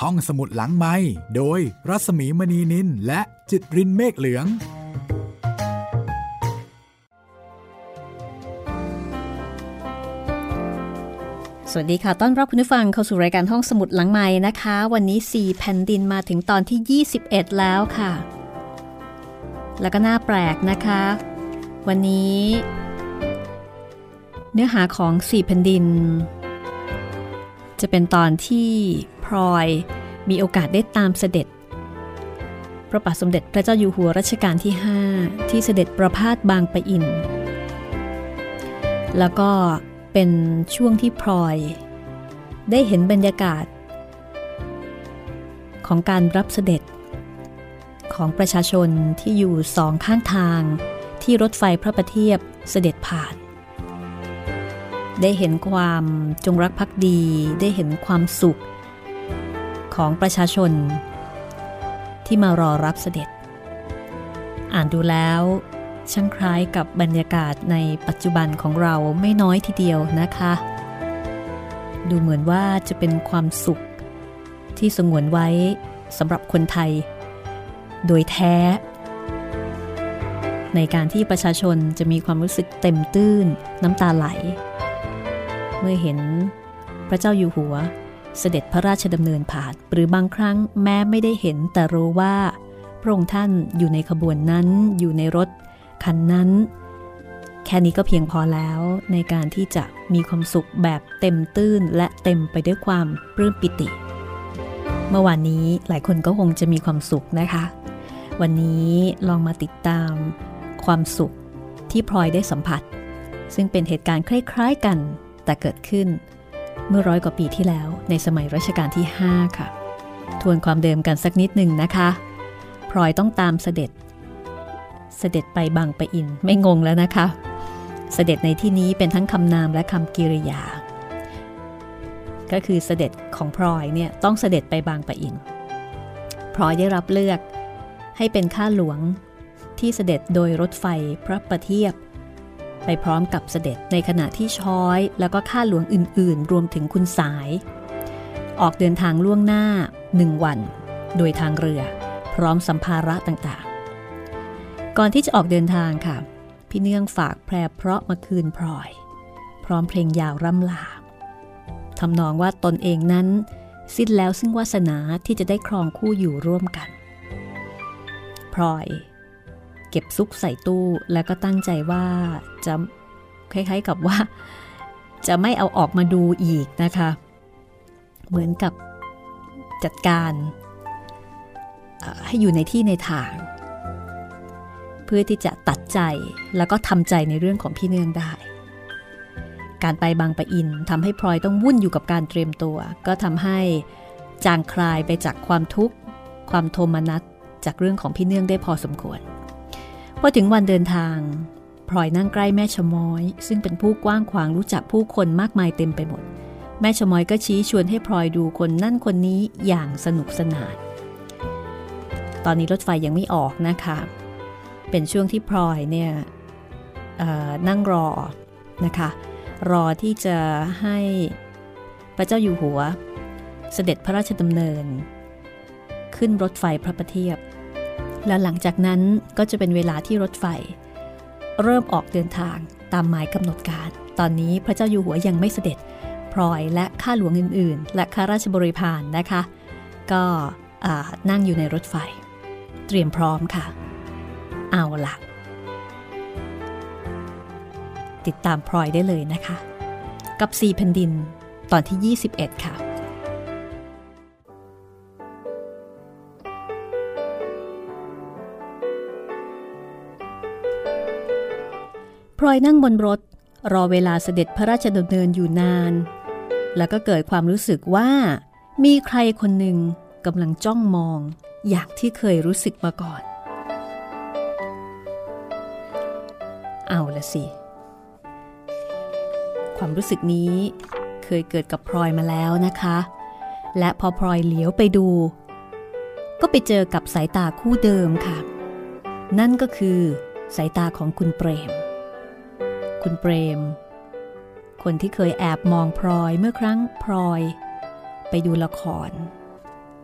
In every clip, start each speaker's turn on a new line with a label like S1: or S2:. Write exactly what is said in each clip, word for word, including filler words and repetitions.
S1: ห้องสมุดหลังไมค์โดยรัศมีมณีนินและจิตรินเมฆเหลือง
S2: สวัสดีค่ะต้อนรับคุณผู้ฟังเข้าสู่รายการห้องสมุดหลังไมค์นะคะวันนี้สี่แผ่นดินมาถึงตอนที่ยี่สิบเอ็ดแล้วค่ะแล้วก็น่าแปลกนะคะวันนี้เนื้อหาของสี่แผ่นดินจะเป็นตอนที่พลอยมีโอกาสได้ตามเสด็จพระบาทสมเด็จพระเจ้าอยู่หัวรัชกาลที่ห้าที่เสด็จประพาสบางปะอินแล้วก็เป็นช่วงที่พลอยได้เห็นบรรยากาศของการรับเสด็จของประชาชนที่อยู่สองข้างทางที่รถไฟพระประเทียบเสด็จผ่านได้เห็นความจงรักภักดีได้เห็นความสุขของประชาชนที่มารอรับเสด็จอ่านดูแล้วช่างคล้ายกับบรรยากาศในปัจจุบันของเราไม่น้อยทีเดียวนะคะดูเหมือนว่าจะเป็นความสุขที่สงวนไว้สำหรับคนไทยโดยแท้ในการที่ประชาชนจะมีความรู้สึกเต็มตื้นน้ำตาไหลเมื่อเห็นพระเจ้าอยู่หัวเสด็จพระราชดำเนินผ่านหรือบางครั้งแม้ไม่ได้เห็นแต่รู้ว่าพระองค์ท่านอยู่ในขบวนนั้นอยู่ในรถคันนั้นแค่นี้ก็เพียงพอแล้วในการที่จะมีความสุขแบบเต็มตื้นและเต็มไปด้วยความปลื้มปิติเมื่อวานนี้หลายคนก็คงจะมีความสุขนะคะวันนี้ลองมาติดตามความสุขที่พลอยได้สัมผัสซึ่งเป็นเหตุการณ์คล้ายๆกันแต่เกิดขึ้นเมื่อร้อยกว่าปีที่แล้วในสมัยรัชกาลที่ห้าค่ะทวนความเดิมกันสักนิดหนึ่งนะคะพลอยต้องตามเสด็จเสด็จไปบางปะอินไม่งงแล้วนะคะเสด็จในที่นี้เป็นทั้งคำนามและคำกริยาก็คือเสด็จของพลอยเนี่ยต้องเสด็จไปบางปะอินพลอยได้รับเลือกให้เป็นข้าหลวงที่เสด็จโดยรถไฟพระประเทียบไปพร้อมกับเสด็จในขณะที่ช้อยแล้วก็ข้าหลวงอื่นๆรวมถึงคุณสายออกเดินทางล่วงหน้าหนึ่งวันโดยทางเรือพร้อมสัมภาระต่างๆก่อนที่จะออกเดินทางค่ะพี่เนื่องฝากแพรเพราะมาคืนพลอยพร้อมเพลงยาวร่ำลาทำนองว่าตนเองนั้นสิ้นแล้วซึ่งวาสนาที่จะได้ครองคู่อยู่ร่วมกันพลอยเก็บซุกใส่ตู้แล้วก็ตั้งใจว่าจะคล้ายๆกับว่าจะไม่เอาออกมาดูอีกนะคะเหมือนกับจัดการให้อยู่ในที่ในทางเพื่อที่จะตัดใจแล้วก็ทำใจในเรื่องของพี่เนื่องได้การไปบางปะอินทำให้พลอยต้องวุ่นอยู่กับการเตรียมตัวก็ทำให้จางคลายไปจากความทุกข์ความโทมนัสจากเรื่องของพี่เนื่องได้พอสมควรพอถึงวันเดินทางพลอยนั่งใกล้แม่ชะม้อยซึ่งเป็นผู้กว้างขวางรู้จักผู้คนมากมายเต็มไปหมดแม่ชะม้อยก็ชี้ชวนให้พลอยดูคนนั่นคนนี้อย่างสนุกสนานตอนนี้รถไฟยังไม่ออกนะคะเป็นช่วงที่พลอยเนี่ยนั่งรอนะคะรอที่จะให้พระเจ้าอยู่หัวเสด็จพระราชดำเนินขึ้นรถไฟพระประเทียบและหลังจากนั้นก็จะเป็นเวลาที่รถไฟเริ่มออกเดินทางตามหมายกำหนดการตอนนี้พระเจ้าอยู่หัวยังไม่เสด็จพลอยและข้าหลวงอื่นๆและข้าราชบริพารนะคะก็นั่งอยู่ในรถไฟเตรียมพร้อมค่ะเอาล่ะติดตามพลอยได้เลยนะคะกับสี่แผ่นดินตอนที่ยี่สิบเอ็ดค่ะพลอยนั่งบนรถรอเวลาเสด็จพระราชดำเนินอยู่นานแล้วก็เกิดความรู้สึกว่ามีใครคนหนึ่งกำลังจ้องมองอย่างที่เคยรู้สึกมาก่อนเอาละสิความรู้สึกนี้เคยเกิดกับพลอยมาแล้วนะคะและพอพลอยเหลียวไปดูก็ไปเจอกับสายตาคู่เดิมค่ะนั่นก็คือสายตาของคุณเปรมคุณเปรมคนที่เคยแอบมองพลอยเมื่อครั้งพลอยไปดูละคร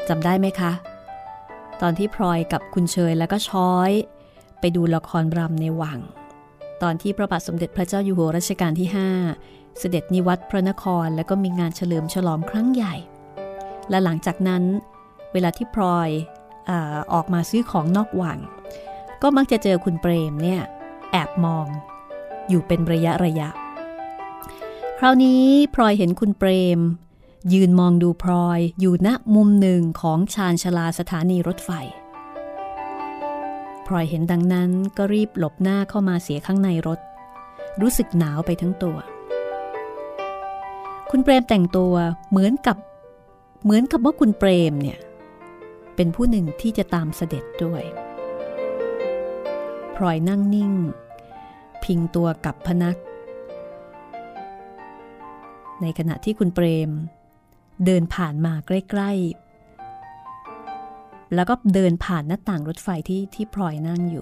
S2: จำได้ไหมคะตอนที่พลอยกับคุณเชยแล้วก็ช้อยไปดูละครรำในวังตอนที่พระบาทสมเด็จพระเจ้าอยู่หัวรัชกาลที่ห้าเสด็จนิวัตรพระนครแล้วก็มีงานเฉลิมฉลองครั้งใหญ่และหลังจากนั้นเวลาที่พลอยเอ่อออกมาซื้อของนอกวังก็มักจะเจอคุณเปรมเนี่ยแอบมองอยู่เป็นระยะระยะคราวนี้พลอยเห็นคุณเปรมยืนมองดูพลอยอยู่ณมุมหนึ่งของชานชาลาสถานีรถไฟพลอยเห็นดังนั้นก็รีบหลบหน้าเข้ามาเสียข้างในรถรู้สึกหนาวไปทั้งตัวคุณเปรมแต่งตัวเหมือนกับเหมือนกับว่าคุณเปรมเนี่ยเป็นผู้หนึ่งที่จะตามเสด็จด้วยพลอยนั่งนิ่งพิงตัวกับพนักในขณะที่คุณเปรมเดินผ่านมาใกล้ๆแล้วก็เดินผ่านหน้าต่างรถไฟที่ที่พลอยนั่งอยู่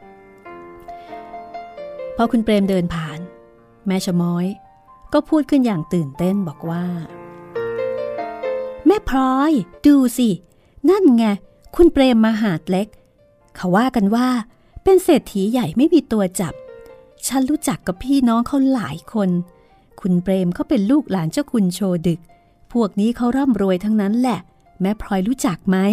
S2: พอคุณเปรมเดินผ่านแม่ชะม้อยก็พูดขึ้นอย่างตื่นเต้นบอกว่าแม่พลอยดูสินั่นไงคุณเปรมมหาดเล็กเขาว่ากันว่าเป็นเศรษฐีใหญ่ไม่มีตัวจับฉันรู้จักกับพี่น้องเขาหลายคนคุณเปรมเขาเป็นลูกหลานเจ้าคุณโชดึกพวกนี้เขาร่ำรวยทั้งนั้นแหละแม่พลอยรู้จักไหม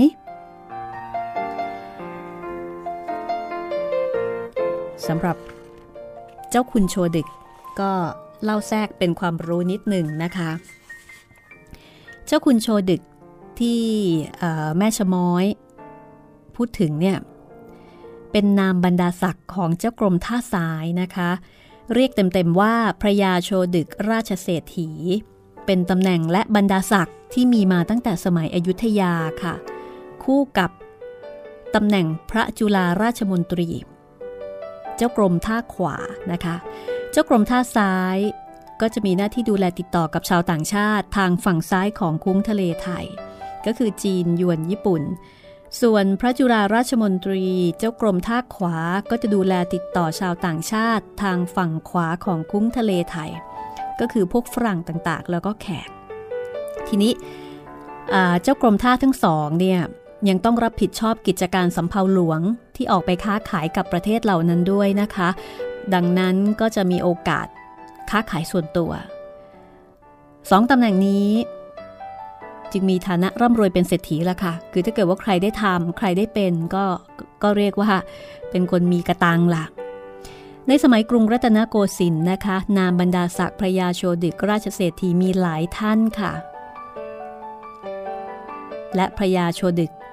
S2: สำหรับเจ้าคุณโชดึกก็เล่าแทรกเป็นความรู้นิดหนึ่งนะคะเจ้าคุณโชดึกที่แม่ชะม้อยพูดถึงเนี่ยเป็นนามบรรดาศักดิ์ของเจ้ากรมท่าทรายนะคะเรียกเต็มๆว่าพระยาโชดึกราชเศรษฐีเป็นตำแหน่งและบรรดาศักดิ์ที่มีมาตั้งแต่สมัยอยุธยาค่ะคู่กับตำแหน่งพระจุฬาราชมนตรีเจ้ากรมท่าขวานะคะเจ้ากรมท่าซ้ายก็จะมีหน้าที่ดูแลติดต่อกับชาวต่างชาติทางฝั่งซ้ายของคุ้งทะเลไทยก็คือจีนยวนญี่ปุ่นส่วนพระจุฬาราชมนตรีเจ้ากรมท่าขวาก็จะดูแลติดต่อชาวต่างชาติทางฝั่งขวาของคุ้งทะเลไทยก็คือพวกฝรั่งต่างๆแล้วก็แขกทีนี้เจ้ากรมท่าทั้งสองเนี่ยยังต้องรับผิดชอบกิจการสำเภาหลวงที่ออกไปค้าขายกับประเทศเหล่านั้นด้วยนะคะดังนั้นก็จะมีโอกาสค้าขายส่วนตัวสองตำแหน่งนี้จึงมีฐานะร่ำรวยเป็นเศรษฐีละค่ะคือถ้าเกิดว่าใครได้ทำใครได้เป็นก็ก็เรียกว่าเป็นคนมีกระตังล่ะในสมัยกรุงรัตนโกสินทร์นะคะนามบรรดาศักดิ์พระยาโชดึกราชเศรษฐีมีหลายท่านค่ะและพระยาโชดึก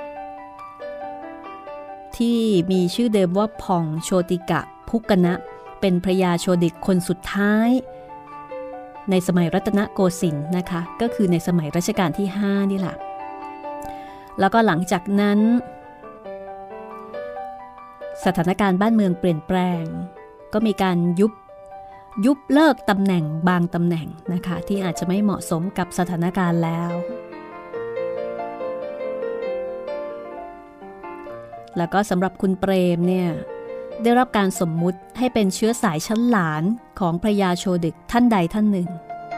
S2: ที่มีชื่อเดิมว่าผ่องโชติกะพุกนะเป็นพระยาโชดึกคนสุดท้ายในสมัยรัตนโกสินทร์นะคะก็คือในสมัยรัชกาลที่ห้านี่แหละแล้วก็หลังจากนั้นสถานการณ์บ้านเมืองเปลี่ยนแปลงก็มีการยุบยุบเลิกตำแหน่งบางตำแหน่งนะคะที่อาจจะไม่เหมาะสมกับสถานการณ์แล้วแล้วก็สำหรับคุณเปรมเนี่ยได้รับการสมมุติให้เป็นเชื้อสายชั้นหลานของพระยาโชดึกท่านใดท่านหนึ่ง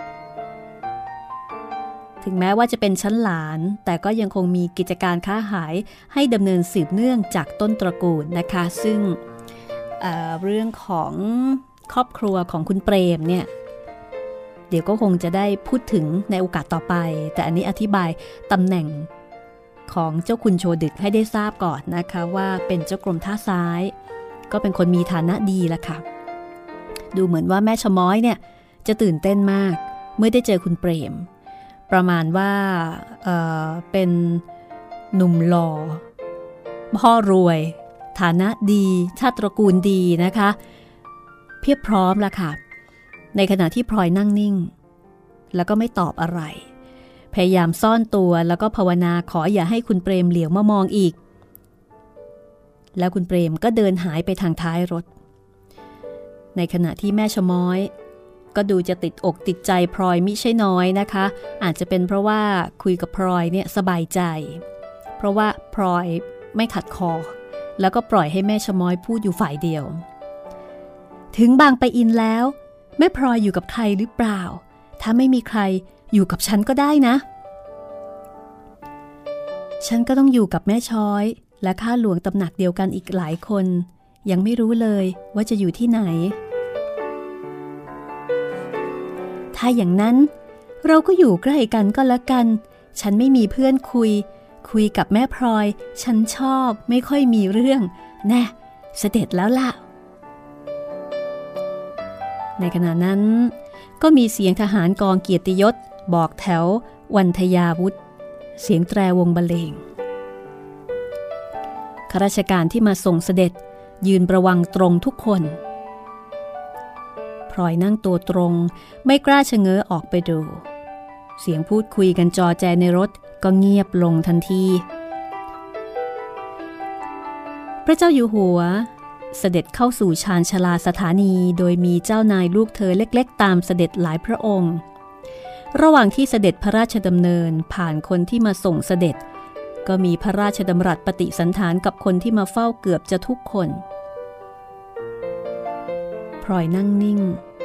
S2: ถึงแม้ว่าจะเป็นชั้นหลานแต่ก็ยังคงมีกิจการค้าขายให้ดำเนินสืบเนื่องจากต้นตระกูลนะคะซึ่ง เอ่อ เรื่องของครอบครัวของคุณเปรมเนี่ยเดี๋ยวก็คงจะได้พูดถึงในโอกาสต่อไปแต่อันนี้อธิบายตำแหน่งของเจ้าคุณโชดึกให้ได้ทราบก่อนนะคะว่าเป็นเจ้ากรมท่าซ้ายก็เป็นคนมีฐานะดีละค่ะดูเหมือนว่าแม่ชะม้อยเนี่ยจะตื่นเต้นมากเมื่อได้เจอคุณเปรมประมาณว่า เอ่อ เป็นหนุ่มหล่อพ่อรวยฐานะดีชาติตระกูลดีนะคะเพียบพร้อมละค่ะในขณะที่พลอยนั่งนิ่งแล้วก็ไม่ตอบอะไรพยายามซ่อนตัวแล้วก็ภาวนาขออย่าให้คุณเปรมเหลียวมามองอีกแล้วคุณเปรมก็เดินหายไปทางท้ายรถในขณะที่แม่ชะม้อยก็ดูจะติดอกติดใจพลอยมิใช่น้อยนะคะอาจจะเป็นเพราะว่าคุยกับพลอยเนี่ยสบายใจเพราะว่าพลอยไม่ขัดคอแล้วก็ปล่อยให้แม่ชะม้อยพูดอยู่ฝ่ายเดียวถึงบางปะอินแล้วแม่พลอยอยู่กับใครหรือเปล่าถ้าไม่มีใครอยู่กับฉันก็ได้นะฉันก็ต้องอยู่กับแม่ช้อยและข้าหลวงตำหนักเดียวกันอีกหลายคนยังไม่รู้เลยว่าจะอยู่ที่ไหนถ้าอย่างนั้นเราก็อยู่ใกล้กันก็แล้วกันฉันไม่มีเพื่อนคุยคุยกับแม่พลอยฉันชอบไม่ค่อยมีเรื่องแน่เสด็จแล้วล่ะในขณะนั้นก็มีเสียงทหารกองเกียรติยศบอกแถววันทยาวุธเสียงแตรวงบรรเลงข้าราชการที่มาส่งเสด็จยืนประวังตรงทุกคนพลอยนั่งตัวตรงไม่กล้าชะเง้อออกไปดูเสียงพูดคุยกันจอแจในรถก็เงียบลงทันทีพระเจ้าอยู่หัวเสด็จเข้าสู่ชานชลาสถานีโดยมีเจ้านายลูกเธอเล็กๆตามเสด็จหลายพระองค์ระหว่างที่เสด็จพระราชดำเนินผ่านคนที่มาส่งเสด็จก็มีพระราชดำรัสปฏิสันถานกับคนที่มาเฝ้าเกือบจะทุกคนพลอยนั่งนิ่ง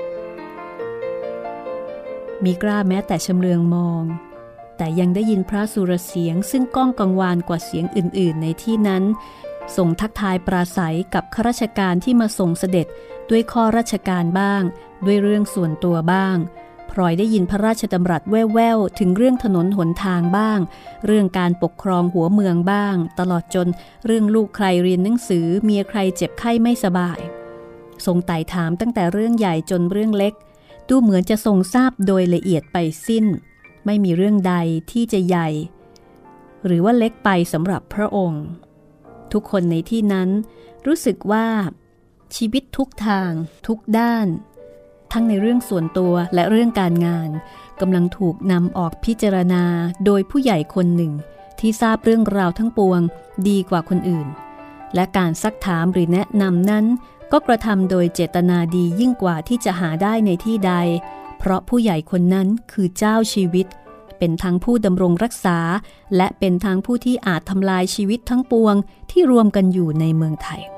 S2: มีกล้าแม้แต่ชำเลืองมองแต่ยังได้ยินพระสุรเสียงซึ่งก้องกังวานกว่าเสียงอื่นๆในที่นั้นส่งทักทายปราศัยกับข้าราชการที่มาส่งเสด็จด้วยข้อราชการบ้างด้วยเรื่องส่วนตัวบ้างพลอยได้ยินพระราชดำรัสแว่วๆถึงเรื่องถนนหนทางบ้างเรื่องการปกครองหัวเมืองบ้างตลอดจนเรื่องลูกใครเรียนหนังสือเมียใครเจ็บไข้ไม่สบายทรงไต่ถามตั้งแต่เรื่องใหญ่จนเรื่องเล็กดูเหมือนจะทรงทราบโดยละเอียดไปสิ้นไม่มีเรื่องใดที่จะใหญ่หรือว่าเล็กไปสำหรับพระองค์ทุกคนในที่นั้นรู้สึกว่าชีวิตทุกทางทุกด้านทั้งในเรื่องส่วนตัวและเรื่องการงานกำลังถูกนำออกพิจารณาโดยผู้ใหญ่คนหนึ่งที่ทราบเรื่องราวทั้งปวงดีกว่าคนอื่นและการซักถามหรือแนะนำนั้นก็กระทำโดยเจตนาดียิ่งกว่าที่จะหาได้ในที่ใดเพราะผู้ใหญ่คนนั้นคือเจ้าชีวิตเป็นทั้งผู้ดำรงรักษาและเป็นทั้งผู้ที่อาจทำลายชีวิตทั้งปวงที่รวมกันอยู่ในเมืองไทย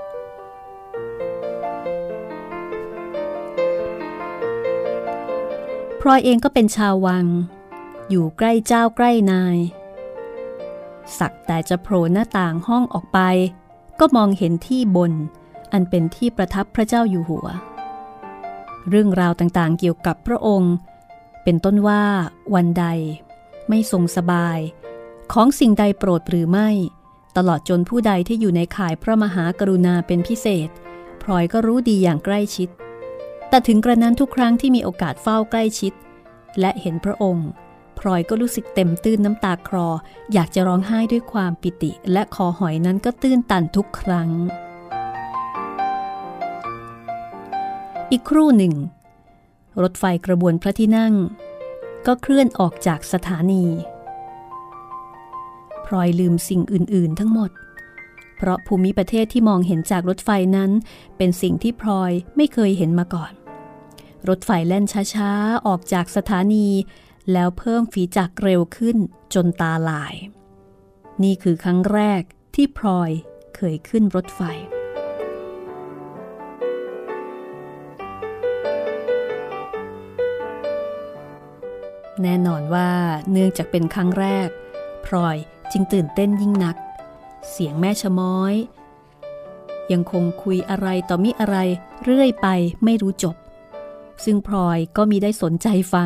S2: พลอยเองก็เป็นชาววังอยู่ใกล้เจ้าใกล้นายสักแต่จะโผล่หน้าต่างห้องออกไปก็มองเห็นที่บนอันเป็นที่ประทับพระเจ้าอยู่หัวเรื่องราวต่างๆเกี่ยวกับพระองค์เป็นต้นว่าวันใดไม่ทรงสบายของสิ่งใดโปรดหรือไม่ตลอดจนผู้ใดที่อยู่ในข่ายพระมหากรุณาเป็นพิเศษพลอยก็รู้ดีอย่างใกล้ชิดแต่ถึงกระนั้นทุกครั้งที่มีโอกาสเฝ้าใกล้ชิดและเห็นพระองค์พลอยก็รู้สึกเต็มตื้นน้ำตาคลออยากจะร้องไห้ด้วยความปิติและคอหอยนั้นก็ตื้นตันทุกครั้งอีกครู่หนึ่งรถไฟกระบวนพระที่นั่งก็เคลื่อนออกจากสถานีพลอยลืมสิ่งอื่นๆทั้งหมดเพราะภูมิประเทศที่มองเห็นจากรถไฟนั้นเป็นสิ่งที่พลอยไม่เคยเห็นมาก่อนรถไฟแล่นช้าๆออกจากสถานีแล้วเพิ่มฝีจักรเร็วขึ้นจนตาลายนี่คือครั้งแรกที่พลอยเคยขึ้นรถไฟแน่นอนว่าเนื่องจากเป็นครั้งแรกพลอยจึงตื่นเต้นยิ่งนักเสียงแม่ชะม้อยยังคงคุยอะไรต่อมิอะไรเรื่อยไปไม่รู้จบซึ่งพลอยก็มิได้สนใจฟัง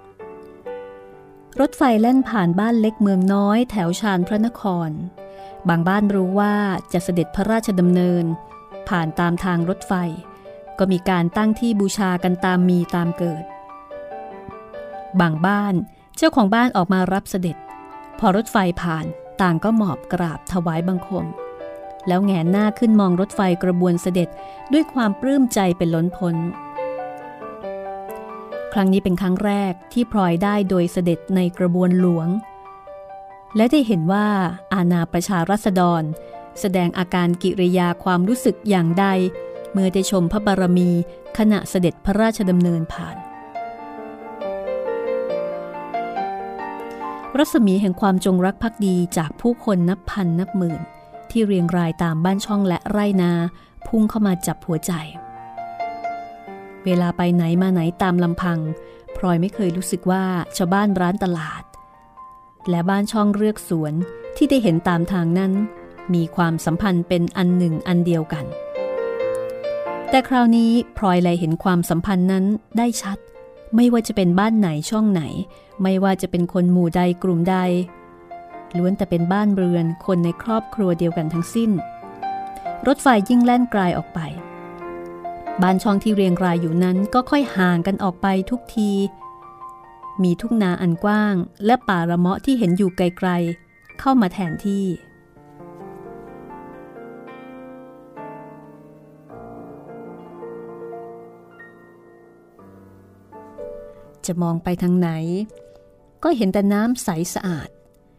S2: รถไฟแล่นผ่านบ้านเล็กเมืองน้อยแถวชานพระนครบางบ้านรู้ว่าจะเสด็จพระราชดำเนินผ่านตามทางรถไฟก็มีการตั้งที่บูชากันตามมีตามเกิดบางบ้านเจ้าของบ้านออกมารับเสด็จพอรถไฟผ่านต่างก็หมอบกราบถวายบังคมแล้วแงนหน้าขึ้นมองรถไฟกระบวนเสด็จด้วยความปลื้มใจเป็นล้นพ้นครั้งนี้เป็นครั้งแรกที่พลอยได้โดยเสด็จในกระบวนหลวงและได้เห็นว่าอาณาประชาราษฎรแสดงอาการกิริยาความรู้สึกอย่างใดเมื่อได้ชมพระบารมีขณะเสด็จพระราชดำเนินผ่านรัศมีแห่งความจงรักภักดีจากผู้คนนับพันนับหมื่นที่เรียงรายตามบ้านช่องและไร่นาพุ่งเข้ามาจับหัวใจเวลาไปไหนมาไหนตามลำพังพลอยไม่เคยรู้สึกว่าชาวบ้านร้านตลาดและบ้านช่องเรือกสวนที่ได้เห็นตามทางนั้นมีความสัมพันธ์เป็นอันหนึ่งอันเดียวกันแต่คราวนี้พลอยเลยเห็นความสัมพันธ์นั้นได้ชัดไม่ว่าจะเป็นบ้านไหนช่องไหนไม่ว่าจะเป็นคนหมู่ใดกลุ่มใดล้วนแต่เป็นบ้านเรือนคนในครอบครัวเดียวกันทั้งสิ้นรถไฟยิ่งแล่นไกลออกไปบ้านช่องที่เรียงรายอยู่นั้นก็ค่อยห่างกันออกไปทุกทีมีทุ่งนาอันกว้างและป่าละเมาะที่เห็นอยู่ไกลๆเข้ามาแทนที่จะมองไปทางไหนก็เห็นแต่น้ำใสสะอาด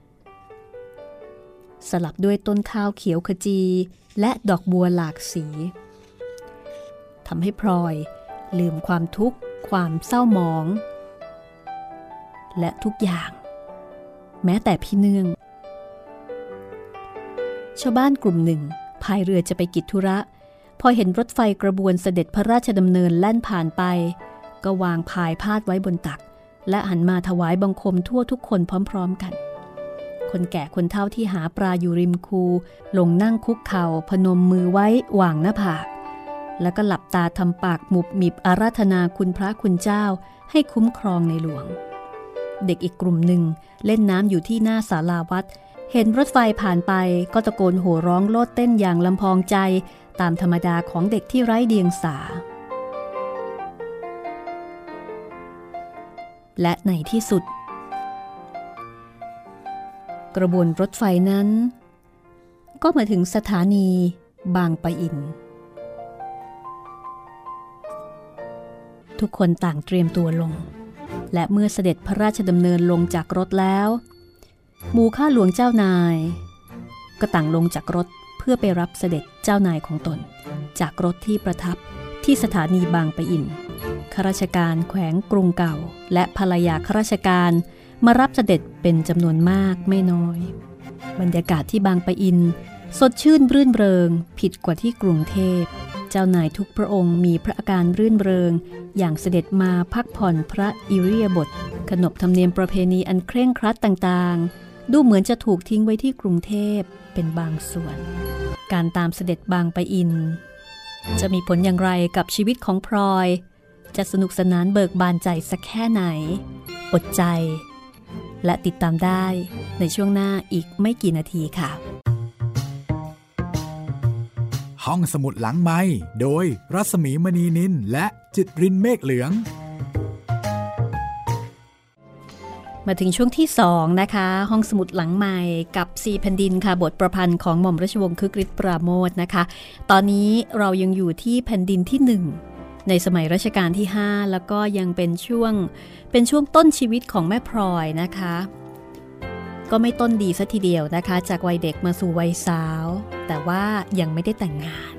S2: สลับด้วยต้นข้าวเขียวขจีและดอกบัวหลากสีทำให้พลอยลืมความทุกข์ความเศร้าหมองและทุกอย่างแม้แต่พี่เนื่องชาวบ้านกลุ่มหนึ่งพายเรือจะไปกิจธุระพอเห็นรถไฟกระบวนเสด็จพระราชดำเนินแล่นผ่านไปก็วางพายพาดไว้บนตักและหันมาถวายบังคมทั่วทุกคนพร้อมๆกันคนแก่คนเฒ่าที่หาปลาอยู่ริมคูลงนั่งคุกเข่าพนมมือไว้วางหน้าผากแล้วก็หลับตาทำปากหมุบหมิบอาราธนาคุณพระคุณเจ้าให้คุ้มครองในหลวงเด็กอีกกลุ่มหนึ่งเล่นน้ำอยู่ที่หน้าศาลาวัดเห็นรถไฟผ่านไปก็ตะโกนโห่ร้องโลดเต้นอย่างลำพองใจตามธรรมดาของเด็กที่ไร้เดียงสาและในที่สุดกระบวนรถไฟนั้นก็มาถึงสถานีบางปะอินทุกคนต่างเตรียมตัวลงและเมื่อเสด็จพระราชดำเนินลงจากรถแล้วหมู่ข้าหลวงเจ้านายก็ต่างลงจากรถเพื่อไปรับเสด็จเจ้านายของตนจากรถที่ประทับที่สถานีบางปะอินข้าราชการแขวงกรุงเก่าและภรรยาข้าราชการมารับเสด็จเป็นจำนวนมากไม่น้อยบรรยากาศที่บางปะอินสดชื่นรื่นเริงผิดกว่าที่กรุงเทพเจ้านายทุกพระองค์มีพระอาการรื่นเริงอย่างเสด็จมาพักผ่อนพระอิริยาบถขนบธรรมเนียมประเพณีอันเคร่งครัดต่างๆดูเหมือนจะถูกทิ้งไว้ที่กรุงเทพเป็นบางส่วนการตามเสด็จบางปะอินจะมีผลอย่างไรกับชีวิตของพลอยจะสนุกสนานเบิกบานใจสักแค่ไหนอดใจและติดตามได้ในช่วงหน้าอีกไม่กี่นาทีค่ะ
S1: ห้องสมุดหลังไมค์โดยรัศมีมณีนินและจิตรินเมฆเหลือง
S2: มาถึงช่วงที่สองนะคะห้องสมุดหลังไมค์กับสี่แผ่นดินค่ะบทประพันธ์ของหม่อมราชวงศ์คึกฤทธิ์ปราโมชนะคะตอนนี้เรายังอยู่ที่แผ่นดินที่หนึ่งในสมัยรัชกาลที่ห้าแล้วก็ยังเป็นช่วงเป็นช่วงต้นชีวิตของแม่พลอยนะคะก็ไม่ต้นดีซะทีเดียวนะคะจากวัยเด็กมาสู่วัยสาวแต่ว่ายังไม่ได้แต่งงาน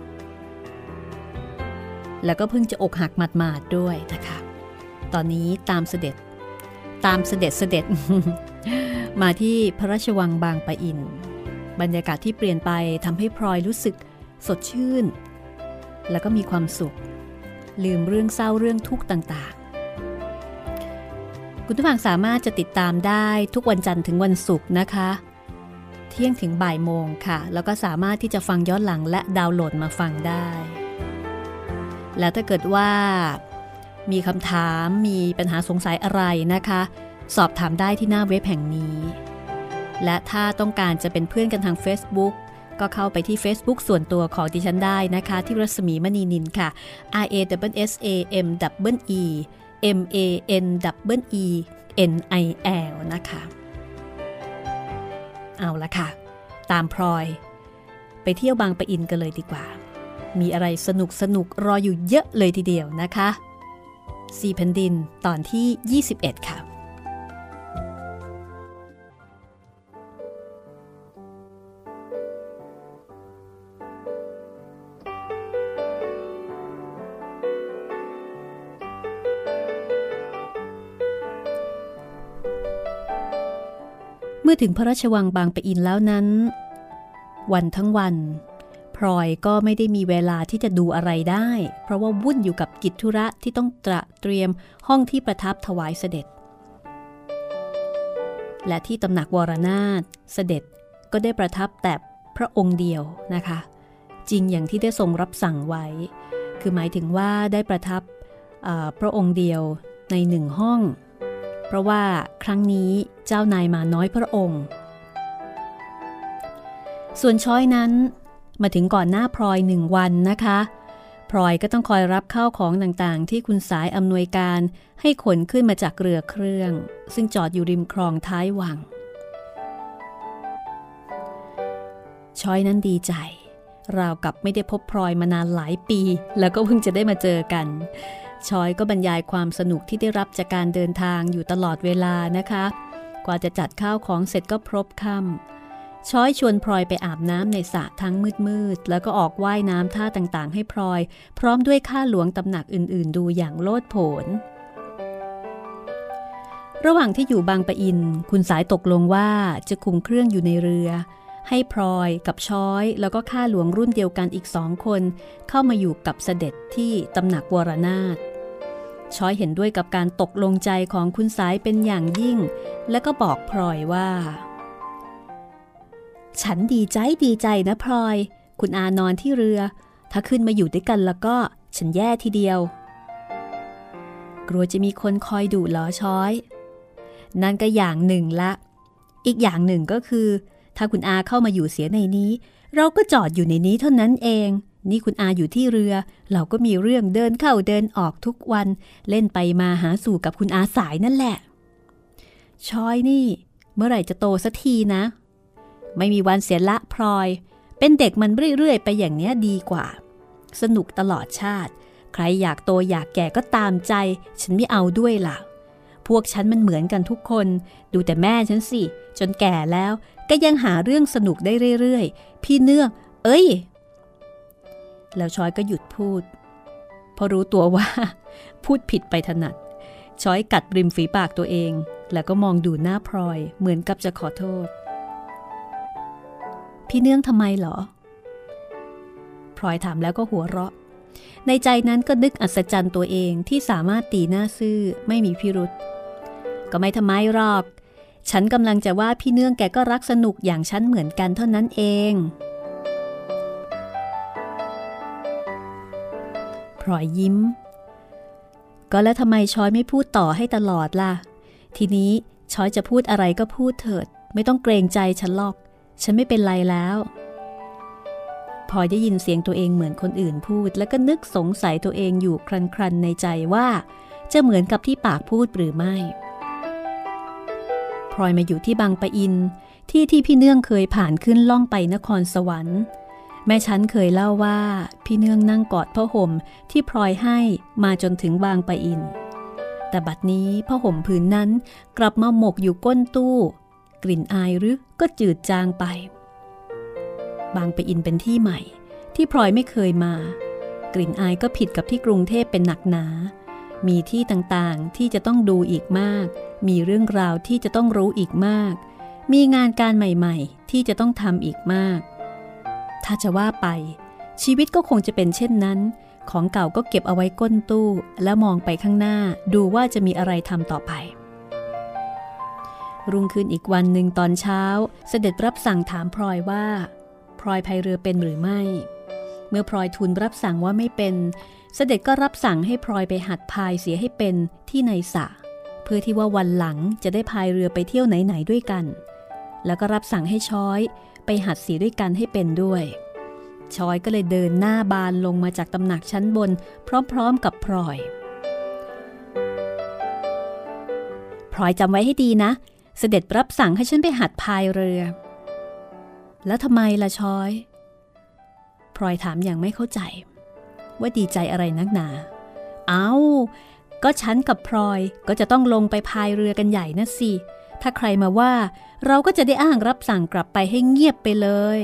S2: แล้วก็เพิ่งจะอกหักหมาดๆด้วยนะคะตอนนี้ตามเสด็จตามเสด็จเสด็จ มาที่พระราชวังบางปะอินบรรยากาศที่เปลี่ยนไปทำให้พลอยรู้สึกสดชื่นแล้วก็มีความสุขลืมเรื่องเศร้าเรื่องทุกข์ต่างๆคุณผู้ฟังสามารถจะติดตามได้ทุกวันจันทร์ถึงวันศุกร์นะคะเที่ยงถึงบ่ายโมงค่ะแล้วก็สามารถที่จะฟังย้อนหลังและดาวน์โหลดมาฟังได้แล้วถ้าเกิดว่ามีคำถามมีปัญหาสงสัยอะไรนะคะสอบถามได้ที่หน้าเว็บแห่งนี้และถ้าต้องการจะเป็นเพื่อนกันทาง Facebook ก็เข้าไปที่ Facebook ส่วนตัวของดิฉันได้นะคะที่รัศมีมณีนินค่ะ R A S S A M E E M A N E E N I L นะคะเอาละค่ะตามพลอยไปเที่ยวบางปะอินกันเลยดีกว่ามีอะไรสนุกสนุกรออยู่เยอะเลยทีเดียวนะคะสี่แผ่นดินตอนที่ยี่สิบเอ็ดค่ะเมื่อถึงพระราชวังบางปะอินแล้วนั้นวันทั้งวันพลอยก็ไม่ได้มีเวลาที่จะดูอะไรได้เพราะว่าวุ่นอยู่กับกิจธุระที่ต้องตระเตรียมห้องที่ประทับถวายเสด็จและที่ตำหนักวรนาถเสด็จก็ได้ประทับแต่พระองค์เดียวนะคะจริงอย่างที่ได้ทรงรับสั่งไว้คือหมายถึงว่าได้ประทับพระองค์เดียวในหนึ่งห้องเพราะว่าครั้งนี้เจ้านายมาน้อยพระองค์ส่วนช้อยนั้นมาถึงก่อนหน้าพลอยหนึ่งวันนะคะพลอยก็ต้องคอยรับข้าวของต่างๆที่คุณสายอำนวยการให้ขนขึ้นมาจากเรือเครื่องซึ่งจอดอยู่ริมคลองท้ายวังช้อยนั้นดีใจราวกับไม่ได้พบพลอยมานานหลายปีแล้วก็เพิ่งจะได้มาเจอกันช้อยก็บรรยายความสนุกที่ได้รับจากการเดินทางอยู่ตลอดเวลานะคะกว่าจะจัดข้าวของเสร็จก็พรบค่ำช้อยชวนพลอยไปอาบน้ำในสระทั้งมืดๆแล้วก็ออกว่ายน้ำท่าต่างๆให้พลอยพร้อมด้วยข้าหลวงตำหนักอื่นๆดูอย่างโลดโผนระหว่างที่อยู่บางปะอินคุณสายตกลงว่าจะคุมเครื่องอยู่ในเรือให้พลอยกับช้อยแล้วก็ข้าหลวงรุ่นเดียวกันอีกสองคนเข้ามาอยู่กับเสด็จที่ตำหนักวรนาถช้อยเห็นด้วยกับการตกลงใจของคุณสายเป็นอย่างยิ่งและก็บอกพลอยว่าฉันดีใจดีใจนะพลอยคุณอานอนที่เรือถ้าขึ้นมาอยู่ด้วยกันแล้วก็ฉันแย่ทีเดียวกลัวจะมีคนคอยดุล้อช้อยนั่นก็อย่างหนึ่งละอีกอย่างหนึ่งก็คือถ้าคุณอาเข้ามาอยู่เสียในนี้เราก็จอดอยู่ในนี้เท่านั้นเองนี่คุณอาอยู่ที่เรือเราก็มีเรื่องเดินเข้าเดินออกทุกวันเล่นไปมาหาสู่กับคุณอาสายนั่นแหละช้อยนี่เมื่อไหร่จะโตสักทีนะไม่มีวันเสียละพลอยเป็นเด็กมันเรื่อยๆไปอย่างเนี้ยดีกว่าสนุกตลอดชาติใครอยากโตอยากแก่ก็ตามใจฉันไม่เอาด้วยล่ะพวกฉันมันเหมือนกันทุกคนดูแต่แม่ฉันสิจนแก่แล้วก็ยังหาเรื่องสนุกได้เรื่อยๆพี่เนื่องเอ้ยแล้วช้อยก็หยุดพูดพอรู้ตัวว่าพูดผิดไปถนัดช้อยกัดริมฝีปากตัวเองแล้วก็มองดูหน้าพลอยเหมือนกับจะขอโทษพี่เนื่องทำไมเหรอพลอยถามแล้วก็หัวเราะในใจนั้นก็นึกอัศจรรย์ตัวเองที่สามารถตีหน้าซื่อไม่มีพิรุธก็ไม่ทำไมหรอกฉันกำลังจะว่าพี่เนื่องแกก็รักสนุกอย่างฉันเหมือนกันเท่านั้นเองพลอยยิ้มก็แล้วทำไมช้อยไม่พูดต่อให้ตลอดล่ะทีนี้ช้อยจะพูดอะไรก็พูดเถิดไม่ต้องเกรงใจฉันหรอกฉันไม่เป็นไรแล้วพลอยได้ยินเสียงตัวเองเหมือนคนอื่นพูดแล้วก็นึกสงสัยตัวเองอยู่ครันๆในใจว่าจะเหมือนกับที่ปากพูดหรือไม่พลอยมาอยู่ที่บางปะอินที่ที่พี่เนื่องเคยผ่านขึ้นล่องไปนครสวรรค์แม่ฉันเคยเล่าว่าพี่เนื่องนั่งกอดผ้าห่มที่พลอยให้มาจนถึงบางปะอินแต่บัดนี้ผ้าห่มผืนนั้นกลับมาหมกอยู่ก้นตู้กลิ่นอายหรือก็จืดจางไปบางปะอินเป็นที่ใหม่ที่พลอยไม่เคยมากลิ่นอายก็ผิดกับที่กรุงเทพเป็นหนักหนามีที่ต่างๆที่จะต้องดูอีกมากมีเรื่องราวที่จะต้องรู้อีกมากมีงานการใหม่ๆที่จะต้องทำอีกมากถ้าจะว่าไปชีวิตก็คงจะเป็นเช่นนั้นของเก่าก็เก็บเอาไว้ก้นตู้แล้วมองไปข้างหน้าดูว่าจะมีอะไรทำต่อไปรุ่งขึ้นอีกวันหนึ่งตอนเช้าเสด็จรับสั่งถามพลอยว่าพลอยพายเรือเป็นหรือไม่เมื่อพลอยทูลรับสั่งว่าไม่เป็นเสด็จก็รับสั่งให้พลอยไปหัดพายเสียให้เป็นที่ในสระเพื่อที่ว่าวันหลังจะได้พายเรือไปเที่ยวไหนๆด้วยกันแล้วก็รับสั่งให้ช้อยไปหัดเสียด้วยกันให้เป็นด้วยช้อยก็เลยเดินหน้าบานลงมาจากตำหนักชั้นบนพร้อมๆกับพลอยพลอยจำไว้ให้ดีนะเสด็จรับสั่งให้ฉันไปหัดพายเรือแล้วทำไมล่ะช้อยพลอยถามอย่างไม่เข้าใจว่าดีใจอะไรนักหนาเอ้าก็ฉันกับพลอยก็จะต้องลงไปพายเรือกันใหญ่นะสิถ้าใครมาว่าเราก็จะได้อ้างรับสั่งกลับไปให้เงียบไปเลย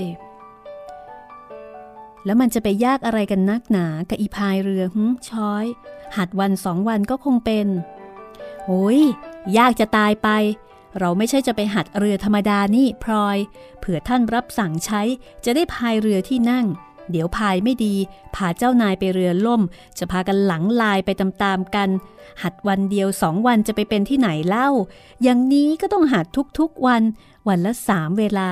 S2: แล้วมันจะไปยากอะไรกันนักหนากับอีพายเรือหึช้อยหัดวันสองวันก็คงเป็นโอ้ยยากจะตายไปเราไม่ใช่จะไปหัดเรือธรรมดานี่พลอยเผื่อท่านรับสั่งใช้จะได้พายเรือที่นั่งเดี๋ยวพายไม่ดีพาเจ้านายไปเรือล่มจะพากันหลังลายไปตามๆกันหัดวันเดียวสองวันจะไปเป็นที่ไหนเล่าอย่างนี้ก็ต้องหัดทุกๆวันวันละสามเวลา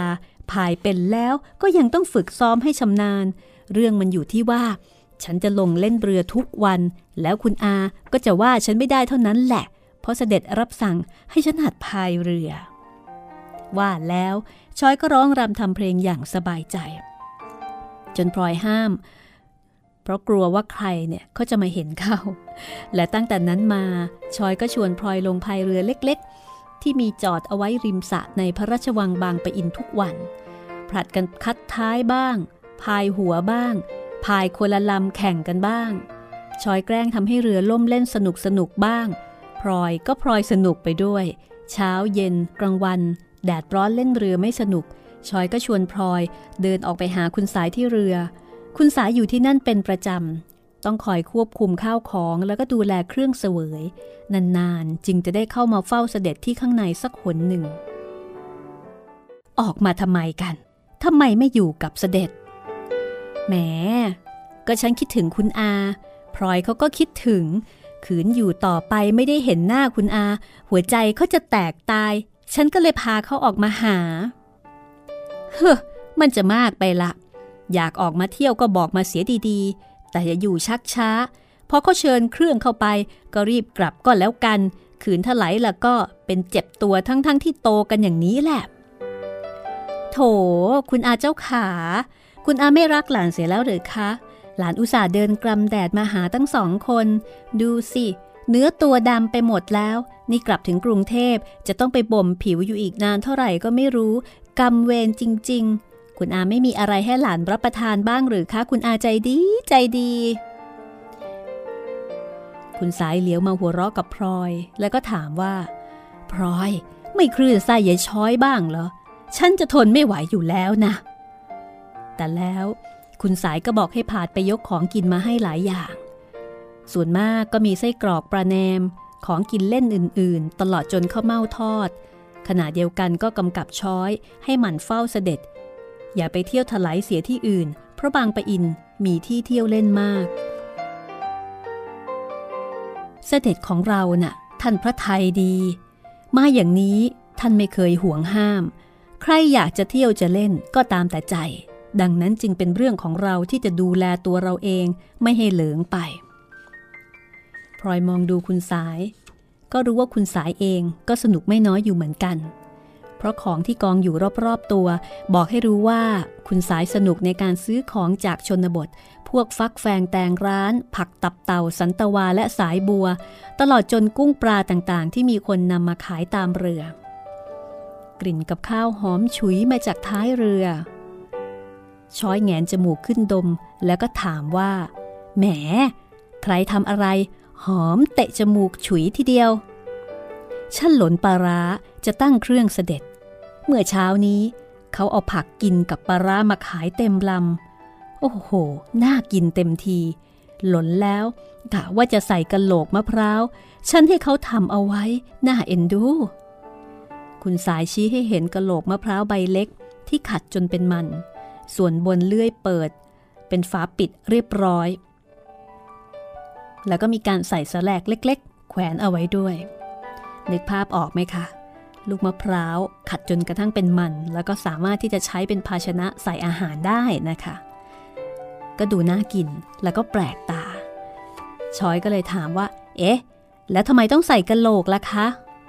S2: พายเป็นแล้วก็ยังต้องฝึกซ้อมให้ชำนาญเรื่องมันอยู่ที่ว่าฉันจะลงเล่นเรือทุกวันแล้วคุณอาก็จะว่าฉันไม่ได้เท่านั้นแหละเพราะเสด็จรับสั่งให้ฉันหัดพายเรือว่าแล้วช้อยก็ร้องรำทำเพลงอย่างสบายใจจนพลอยห้ามเพราะกลัวว่าใครเนี่ยเขาจะมาเห็นเข้าและตั้งแต่นั้นมาช้อยก็ชวนพลอยลงพายเรือเล็กๆที่มีจอดเอาไว้ริมสระในพระราชวังบางปะอินทุกวันผลัดกันคัดท้ายบ้างพายหัวบ้างพายคนละลำแข่งกันบ้างช้อยแกล้งทำให้เรือล่มเล่นสนุกสนุกบ้างพลอยก็พลอยสนุกไปด้วยเช้าเย็นกลางวันแดดร้อนเล่นเรือไม่สนุกช้อยก็ชวนพลอยเดินออกไปหาคุณสายที่เรือคุณสายอยู่ที่นั่นเป็นประจำต้องคอยควบคุมข้าวของแล้วก็ดูแลเครื่องเสวยนานๆจึงจะได้เข้ามาเฝ้าเสด็จที่ข้างในสักหนหนึ่งออกมาทำไมกันทำไมไม่อยู่กับเสด็จแหมก็ฉันคิดถึงคุณอาพลอยเขาก็คิดถึงขืนอยู่ต่อไปไม่ได้เห็นหน้าคุณอาหัวใจเขาจะแตกตายฉันก็เลยพาเขาออกมาหาเฮ้อมันจะมากไปละอยากออกมาเที่ยวก็บอกมาเสียดีๆแต่อย่าอยู่ชักช้าพอเขาเชิญเครื่องเข้าไปก็รีบกลับก็แล้วกันขืนถลายล่ะก็เป็นเจ็บตัวทั้งๆ ท, ที่โตกันอย่างนี้แหละโถคุณอาเจ้าขาคุณอาไม่รักหลานเสียแล้วหรือคะหลานอุตส่าห์เดินกรำแดดมาหาทั้งสองคนดูสิเนื้อตัวดำไปหมดแล้วนี่กลับถึงกรุงเทพจะต้องไปบ่มผิวอยู่อีกนานเท่าไหร่ก็ไม่รู้กรรมเวรจริงๆคุณอาไม่มีอะไรให้หลานรับประทานบ้างหรือคะคุณอาใจดีใจดีคุณสายเหลียวมาหัวเราะกับพลอยแล้วก็ถามว่าพลอยไม่คลื่นไส้ยายช้อยบ้างเหรอฉันจะทนไม่ไหวอยู่แล้วนะแต่แล้วคุณสายก็บอกให้ผาดไปยกของกินมาให้หลายอย่างส่วนมากก็มีไส้กรอกปลาแหนมของกินเล่นอื่นๆตลอดจนข้าวเม่าทอดขณะเดียวกันก็กำกับช้อยให้หมั่นเฝ้าเสด็จอย่าไปเที่ยวถลายเสียที่อื่นเพราะบางปะอินมีที่เที่ยวเล่นมากเสด็จของเราน่ะท่านพระทัยดีมาอย่างนี้ท่านไม่เคยห่วงห้ามใครอยากจะเที่ยวจะเล่นก็ตามแต่ใจดังนั้นจึงเป็นเรื่องของเราที่จะดูแลตัวเราเองไม่ให้เหลิงไปพลอยมองดูคุณสายก็รู้ว่าคุณสายเองก็สนุกไม่น้อยอยู่เหมือนกันเพราะของที่กองอยู่รอบๆตัวบอกให้รู้ว่าคุณสายสนุกในการซื้อของจากชนบทพวกฟักแฟงแตงร้านผักตับเต่าสันตวาและสายบัวตลอดจนกุ้งปลาต่างๆที่มีคนนำมาขายตามเรือกลิ่นกับข้าวหอมฉุยมาจากท้ายเรือช้อยแงนจมูกขึ้นดมแล้วก็ถามว่าแหมใครทำอะไรหอมเตะจมูกฉุยทีเดียวฉันหลนปลาร้าจะตั้งเครื่องเสด็จเมื่อเช้านี้เขาเอาผักกินกับปลาร้ามาขายเต็มลำโอ้โหน่ากินเต็มทีหลนแล้วกะว่าจะใส่กะโหลกมะพร้าวฉันให้เขาทำเอาไว้น่าเอ็นดูคุณสายชี้ให้เห็นกะโหลกมะพร้าวใบเล็กที่ขัดจนเป็นมันส่วนบนเลื่อยเปิดเป็นฝาปิดเรียบร้อยแล้วก็มีการใส่สแลกเล็กๆแขวนเอาไว้ด้วยนึกภาพออกไหมคะลูกมะพร้าวขัดจนกระทั่งเป็นมันแล้วก็สามารถที่จะใช้เป็นภาชนะใส่อาหารได้นะคะก็ดูน่ากินแล้วก็แปลกตาช้อยก็เลยถามว่าเอ๊ะแล้วทำไมต้องใส่กะโหลกล่ะคะ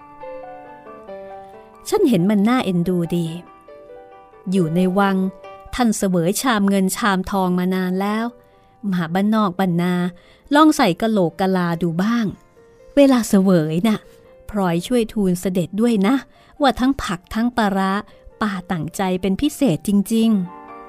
S2: ฉันเห็นมันน่าเอ็นดูดีอยู่ในวังท่านเสวยชามเงินชามทองมานานแล้วมาบ้านนอกบ้านนาลองใส่กะโหลกกะลาดูบ้างเวลาเสวยน่ะพลอยช่วยทูลเสด็จด้วยนะว่าทั้งผักทั้งปลาร้าป้าตั้งใจเป็นพิเศษจริง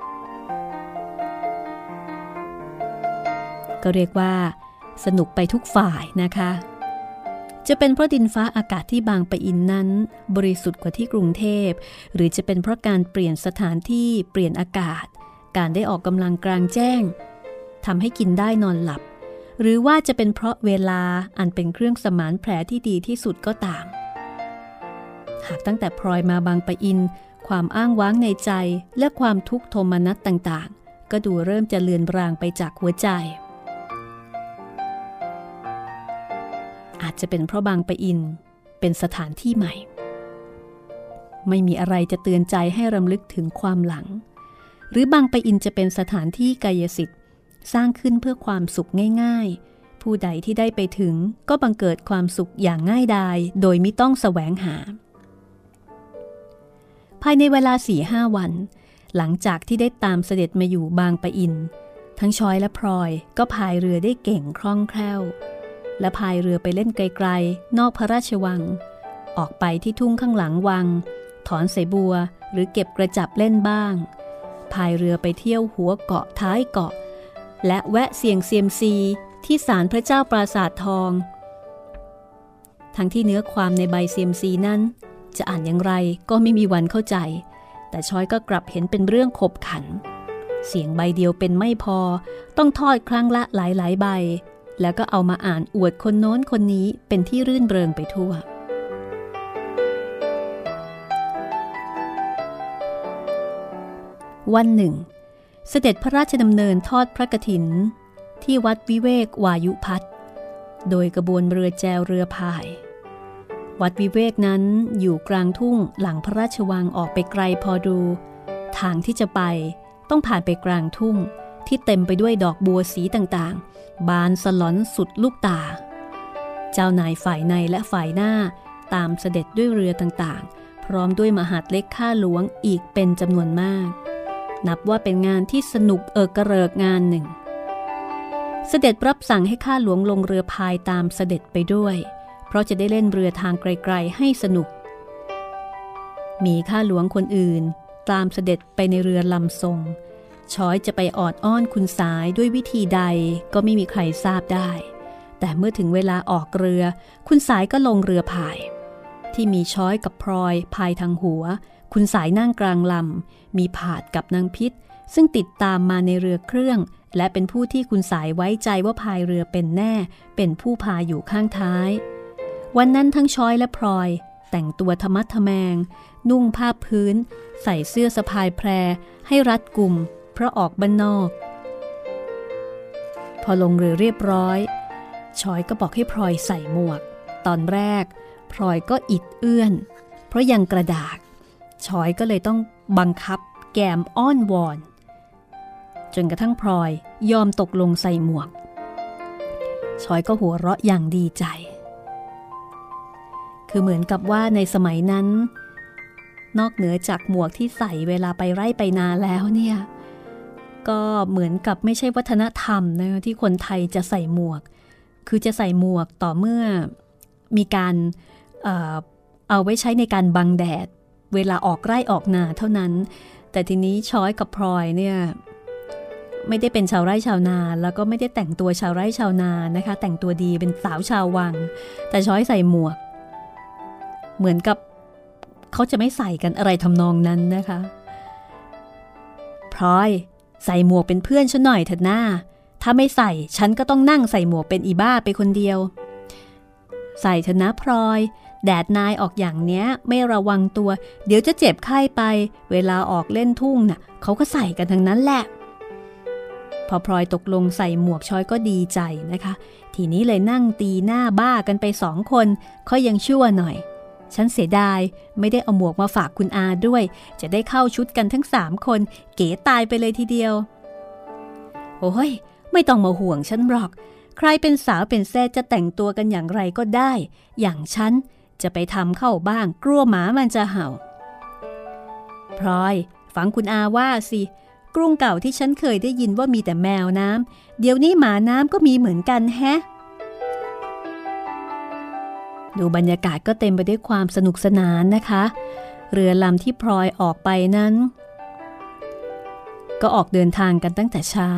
S2: ๆก็เรียกว่าสนุกไปทุกฝ่ายนะคะจะเป็นเพราะดินฟ้าอากาศที่บางปะอินนั้นบริสุทธิ์กว่าที่กรุงเทพหรือจะเป็นเพราะการเปลี่ยนสถานที่เปลี่ยนอากาศการได้ออกกำลังกลางแจ้งทำให้กินได้นอนหลับหรือว่าจะเป็นเพราะเวลาอันเป็นเครื่องสมานแผลที่ดีที่สุดก็ตามหากตั้งแต่พลอยมาบางปะอินความอ้างว้างในใจและความทุกข์โทมนัสต่างๆก็ดูเริ่มจะเลือนรางไปจากหัวใจอาจจะเป็นเพราะบางปะอินเป็นสถานที่ใหม่ไม่มีอะไรจะเตือนใจให้รำลึกถึงความหลังหรือบางปะอินจะเป็นสถานที่กายสิทธิ์สร้างขึ้นเพื่อความสุขง่ายๆผู้ใดที่ได้ไปถึงก็บังเกิดความสุขอย่างง่ายดายโดยไม่ต้องแสวงหาภายในเวลา สี่ห้า วันหลังจากที่ได้ตามเสด็จมาอยู่บางปะอินทั้งช้อยและพลอยก็พายเรือได้เก่งคล่องแคล่วและพายเรือไปเล่นไกลๆนอกพระราชวังออกไปที่ทุ่งข้างหลังวังถอนใส่บัวหรือเก็บกระจับเล่นบ้างพายเรือไปเที่ยวหัวเกาะท้ายเกาะและแวะเสี่ยงเซียมซีที่ศาลพระเจ้าปราสาททองทั้งที่เนื้อความในใบเซียมซีนั้นจะอ่านอย่างไรก็ไม่มีวันเข้าใจแต่ช้อยก็กลับเห็นเป็นเรื่องขบขันเสียงใบเดียวเป็นไม่พอต้องทอดครั้งละหลายๆใบแล้วก็เอามาอ่านอวดคนโน้นคนนี้เป็นที่รื่นเริงไปทั่ววันหนึ่งเสด็จพระราชดำเนินทอดพระกฐินที่วัดวิเวกวายุพัฒน์โดยกระบวนเรือแจวเรือพายวัดวิเวกนั้นอยู่กลางทุ่งหลังพระราชวังออกไปไกลพอดูทางที่จะไปต้องผ่านไปกลางทุ่งที่เต็มไปด้วยดอกบัวสีต่างๆบานสลอนสุดลูกตาเจ้านายฝ่ายในและฝ่ายหน้าตามเสด็จด้วยเรือต่างๆพร้อมด้วยมหาดเล็กข้าหลวงอีกเป็นจำนวนมากนับว่าเป็นงานที่สนุกเอิกกระเริกงานหนึ่งเสด็จรับสั่งให้ข้าหลวงลงเรือพายตามเสด็จไปด้วยเพราะจะได้เล่นเรือทางไกลๆให้สนุกมีข้าหลวงคนอื่นตามเสด็จไปในเรือลำทรงช้อยจะไปออดอ้อนคุณสายด้วยวิธีใดก็ไม่มีใครทราบได้แต่เมื่อถึงเวลาออกเรือคุณสายก็ลงเรือพายที่มีช้อยกับพลอยพายทางหัวคุณสายนั่งกลางลำมีผาดกับนางพิษซึ่งติดตามมาในเรือเครื่องและเป็นผู้ที่คุณสายไว้ใจว่าพายเรือเป็นแน่เป็นผู้พายอยู่ข้างท้ายวันนั้นทั้งช้อยและพลอยแต่งตัวธรรมะทแมงนุ่งผ้าพื้นใส่เสื้อสะพายแพรให้รัดกุมเพราะออกบ้านนอกพอลงเรือเรียบร้อยช้อยก็บอกให้พลอยใส่หมวกตอนแรกพลอยก็อิดเอื้อนเพราะยังกระดากช้อยก็เลยต้องบังคับแกมอ้อนวอนจนกระทั่งพลอยยอมตกลงใส่หมวกช้อยก็หัวเราะอย่างดีใจคือเหมือนกับว่าในสมัยนั้นนอกเหนือจากหมวกที่ใส่เวลาไปไร่ไปนาแล้วเนี่ยก็เหมือนกับไม่ใช่วัฒนธรรมนะที่คนไทยจะใส่หมวกคือจะใส่หมวกต่อเมื่อมีการเอ่อเอาไว้ใช้ในการบังแดดเวลาออกไร่ออกนาเท่านั้นแต่ทีนี้ช้อยกับพลอยเนี่ยไม่ได้เป็นชาวไร่ชาวนาแล้วก็ไม่ได้แต่งตัวชาวไร่ชาวนานะคะแต่งตัวดีเป็นสาวชาววังแต่ช้อยใส่หมวกเหมือนกับเขาจะไม่ใส่กันอะไรทำนองนั้นนะคะพลอยใส่หมวกเป็นเพื่อนฉันหน่อยเถิดหน้าถ้าไม่ใส่ฉันก็ต้องนั่งใส่หมวกเป็นอีบ้าไปคนเดียวใส่เถอะนะพลอยแดดนายออกอย่างเนี้ยไม่ระวังตัวเดี๋ยวจะเจ็บไข้ไปเวลาออกเล่นทุ่งน่ะเขาก็ใส่กันทั้งนั้นแหละพอพลอยตกลงใส่หมวกช้อยก็ดีใจนะคะทีนี้เลยนั่งตีหน้าบ้ากันไปสองคนเขายังชั่วหน่อยฉันเสียดายไม่ได้เอาหมวกมาฝากคุณอาด้วยจะได้เข้าชุดกันทั้งสามคนเก๋ตายไปเลยทีเดียวโอ้ยไม่ต้องมาห่วงฉันหรอกใครเป็นสาวเป็นแซ่จะแต่งตัวกันอย่างไรก็ได้อย่างฉันจะไปทำเข้าบ้างกลัวหมามันจะเห่าพลอยฟังคุณอาว่าสิกรุงเก่าที่ฉันเคยได้ยินว่ามีแต่แมวน้ำเดี๋ยวนี้หมาน้ำก็มีเหมือนกันแฮะดูบรรยากาศก็เต็มไปด้วยความสนุกสนานนะคะเรือลำที่พลอยออกไปนั้นก็ออกเดินทางกันตั้งแต่เช้า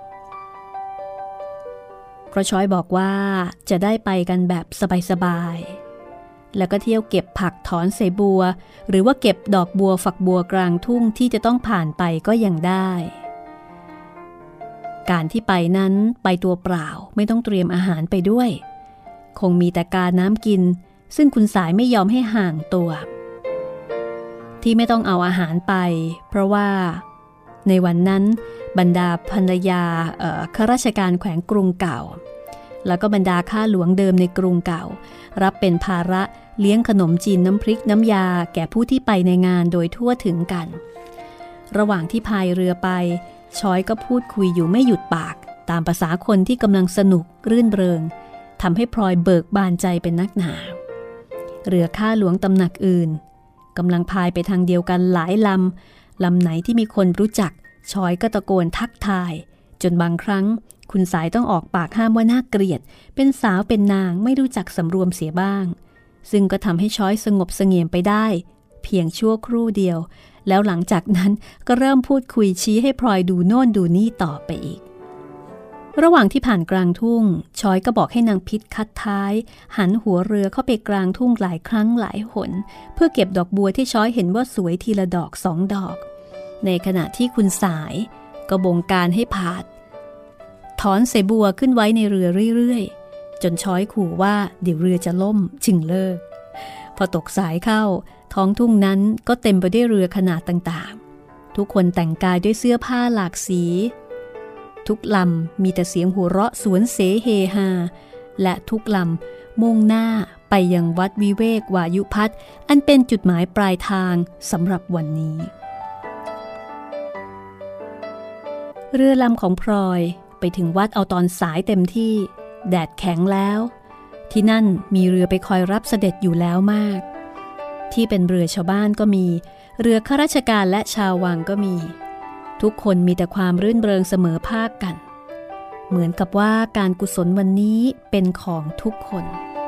S2: เพราะช้อยบอกว่าจะได้ไปกันแบบสบายๆแล้วก็เที่ยวเก็บผักถอนเสบัวหรือว่าเก็บดอกบัวฝักบัวกลางทุ่งที่จะต้องผ่านไปก็ยังได้การที่ไปนั้นไปตัวเปล่าไม่ต้องเตรียมอาหารไปด้วยคงมีแต่กาน้ำกินซึ่งคุณสายไม่ยอมให้ห่างตัวที่ไม่ต้องเอาอาหารไปเพราะว่าในวันนั้นบรรดาภรรยาข้าราชการแขวงกรุงเก่าแล้วก็บรรดาข้าหลวงเดิมในกรุงเก่ารับเป็นภาระเลี้ยงขนมจีนน้ำพริกน้ำยาแก่ผู้ที่ไปในงานโดยทั่วถึงกันระหว่างที่พายเรือไปช้อยก็พูดคุยอยู่ไม่หยุดปากตามภาษาคนที่กำลังสนุกรื่นเริงทำให้พลอยเบิกบานใจเป็นนักหนาเรือข้าหลวงตำหนักอื่นกำลังพายไปทางเดียวกันหลายลำลำไหนที่มีคนรู้จักช้อยก็ตะโกนทักทายจนบางครั้งคุณสายต้องออกปากห้ามว่าน่าเกลียดเป็นสาวเป็นนางไม่รู้จักสำรวมเสียบ้างซึ่งก็ทำให้ช้อยสงบเสงี่ยมไปได้เพียงชั่วครู่เดียวแล้วหลังจากนั้นก็เริ่มพูดคุยชี้ให้พลอยดูโน่นดูนี่ต่อไปอีกระหว่างที่ผ่านกลางทุ่งช้อยก็บอกให้นางพิษคัดท้ายหันหัวเรือเข้าไปกลางทุ่งหลายครั้งหลายหนเพื่อเก็บดอกบัวที่ช้อยเห็นว่าสวยทีละดอกสองดอกในขณะที่คุณสายก็บงการให้ผาดถอนเสบัวขึ้นไว้ในเรือเรื่อยๆจนช้อยขู่ว่าเดี๋ยวเรือจะล่มจึงเลิกพอตกสายเข้าท้องทุ่งนั้นก็เต็มไปด้วยเรือขนาดต่างๆทุกคนแต่งกายด้วยเสื้อผ้าหลากสีทุกลำมีแต่เสียงหัวเราะสวนเสเฮฮาและทุกลำมุ่งหน้าไปยังวัดวิเวกวายุพัฒน์อันเป็นจุดหมายปลายทางสำหรับวันนี้เรือลำของพลอยไปถึงวัดเอาตอนสายเต็มที่แดดแข็งแล้วที่นั่นมีเรือไปคอยรับเสด็จอยู่แล้วมากที่เป็นเรือชาวบ้านก็มีเรือข้าราชการและชาววังก็มีทุกคนมีแต่ความรื่นเริงเสมอภาคกันเหมือนกับว่าการกุศลวันนี้เป็นของทุกคน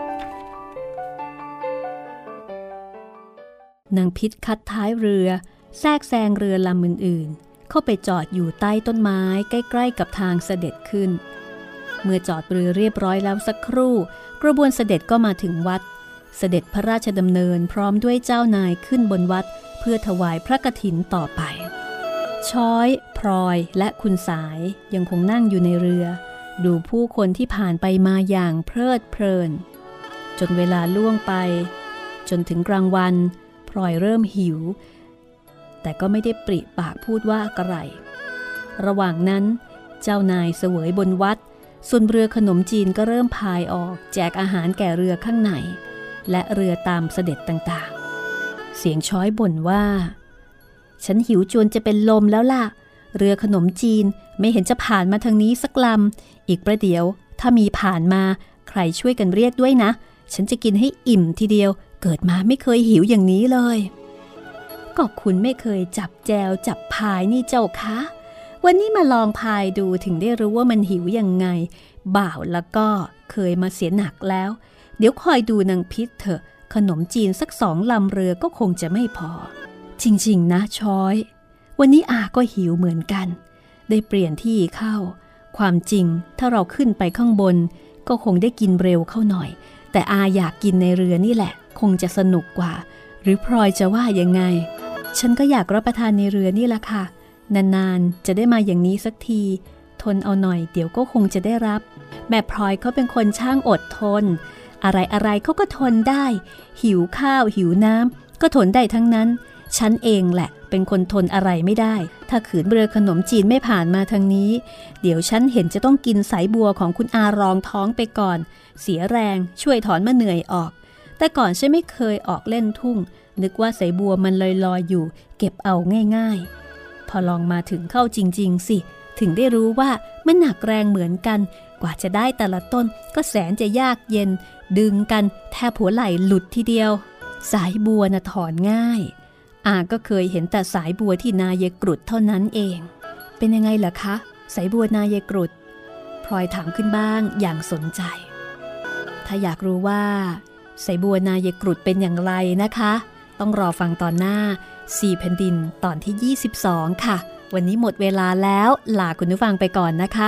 S2: นางพิษคัดท้ายเรือแทรกแซงเรือลำอื่นๆเข้าไปจอดอยู่ใต้ต้นไม้ใกล้ๆกับทางเสด็จขึ้นเมื่อจอดเรือเรียบร้อยแล้วสักครู่กระบวนเสด็จก็มาถึงวัดเสด็จพระราชดำเนินพร้อมด้วยเจ้านายขึ้นบนวัดเพื่อถวายพระกฐินต่อไปช้อยพลอยและคุณสายยังคงนั่งอยู่ในเรือดูผู้คนที่ผ่านไปมาอย่างเพลิดเพลินจนเวลาล่วงไปจนถึงกลางวันพลอยเริ่มหิวแต่ก็ไม่ได้ปริปากพูดว่าอะไรระหว่างนั้นเจ้านายเสวยบนวัดส่วนเรือขนมจีนก็เริ่มพายออกแจกอาหารแก่เรือข้างในและเรือตามเสด็จต่างๆเสียงช้อยบ่นว่าฉันหิวจนจะเป็นลมแล้วล่ะเรือขนมจีนไม่เห็นจะผ่านมาทางนี้สักลำอีกประเดี๋ยวถ้ามีผ่านมาใครช่วยกันเรียกด้วยนะฉันจะกินให้อิ่มทีเดียวเกิดมาไม่เคยหิวอย่างนี้เลยก็คุณไม่เคยจับแจวจับพายนี่เจ้าคะวันนี้มาลองพายดูถึงได้รู้ว่ามันหิวยังไงบ่าวแล้วก็เคยมาเสียหนักแล้วเดี๋ยวคอยดูนางพิษเถอะขนมจีนสักสองลำเรือก็คงจะไม่พอจริงๆนะช้อยวันนี้อาก็หิวเหมือนกันได้เปลี่ยนที่เข้าความจริงถ้าเราขึ้นไปข้างบนก็คงได้กินเร็วเข้าหน่อยแต่อาอยากกินในเรือนี่แหละคงจะสนุกกว่าหรือพลอยจะว่ายังไงฉันก็อยากรับประทานในเรือนี่แหละค่ะนานๆจะได้มาอย่างนี้สักทีทนเอาหน่อยเดี๋ยวก็คงจะได้รับแม่พลอยเขาเป็นคนช่างอดทนอะไรๆเขาก็ทนได้หิวข้าวหิวน้ำก็ทนได้ทั้งนั้นฉันเองแหละเป็นคนทนอะไรไม่ได้ถ้าขืนเรือขนมจีนไม่ผ่านมาทางนี้เดี๋ยวฉันเห็นจะต้องกินสายบัวของคุณอารองท้องไปก่อนเสียแรงช่วยถอนมาเหนื่อยออกแต่ก่อนฉันไม่เคยออกเล่นทุ่งนึกว่าสายบัวมันลอยๆอยู่เก็บเอาง่ายๆพอลองมาถึงเข้าจริงๆสิถึงได้รู้ว่ามันหนักแรงเหมือนกันกว่าจะได้แต่ละต้นก็แสนจะยากเย็นดึงกันแทบหัวไหล่หลุดทีเดียวสายบัวน่ะถอนง่ายอาก็เคยเห็นแต่สายบัวที่นายกรุดเท่านั้นเองเป็นยังไงล่ะคะสายบัวนายกรุดพลอยถามขึ้นบ้างอย่างสนใจถ้าอยากรู้ว่าสายบัวนายกรุดเป็นอย่างไรนะคะต้องรอฟังตอนหน้าสี่แผ่นดินตอนที่ยี่สิบสองค่ะวันนี้หมดเวลาแล้วลาคุณผู้ฟังไปก่อนนะคะ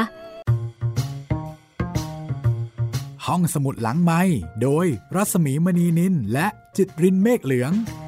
S1: ห้องสมุดหลังไมค์โดยรัศมีมณีนินและจิตรินเมฆเหลือง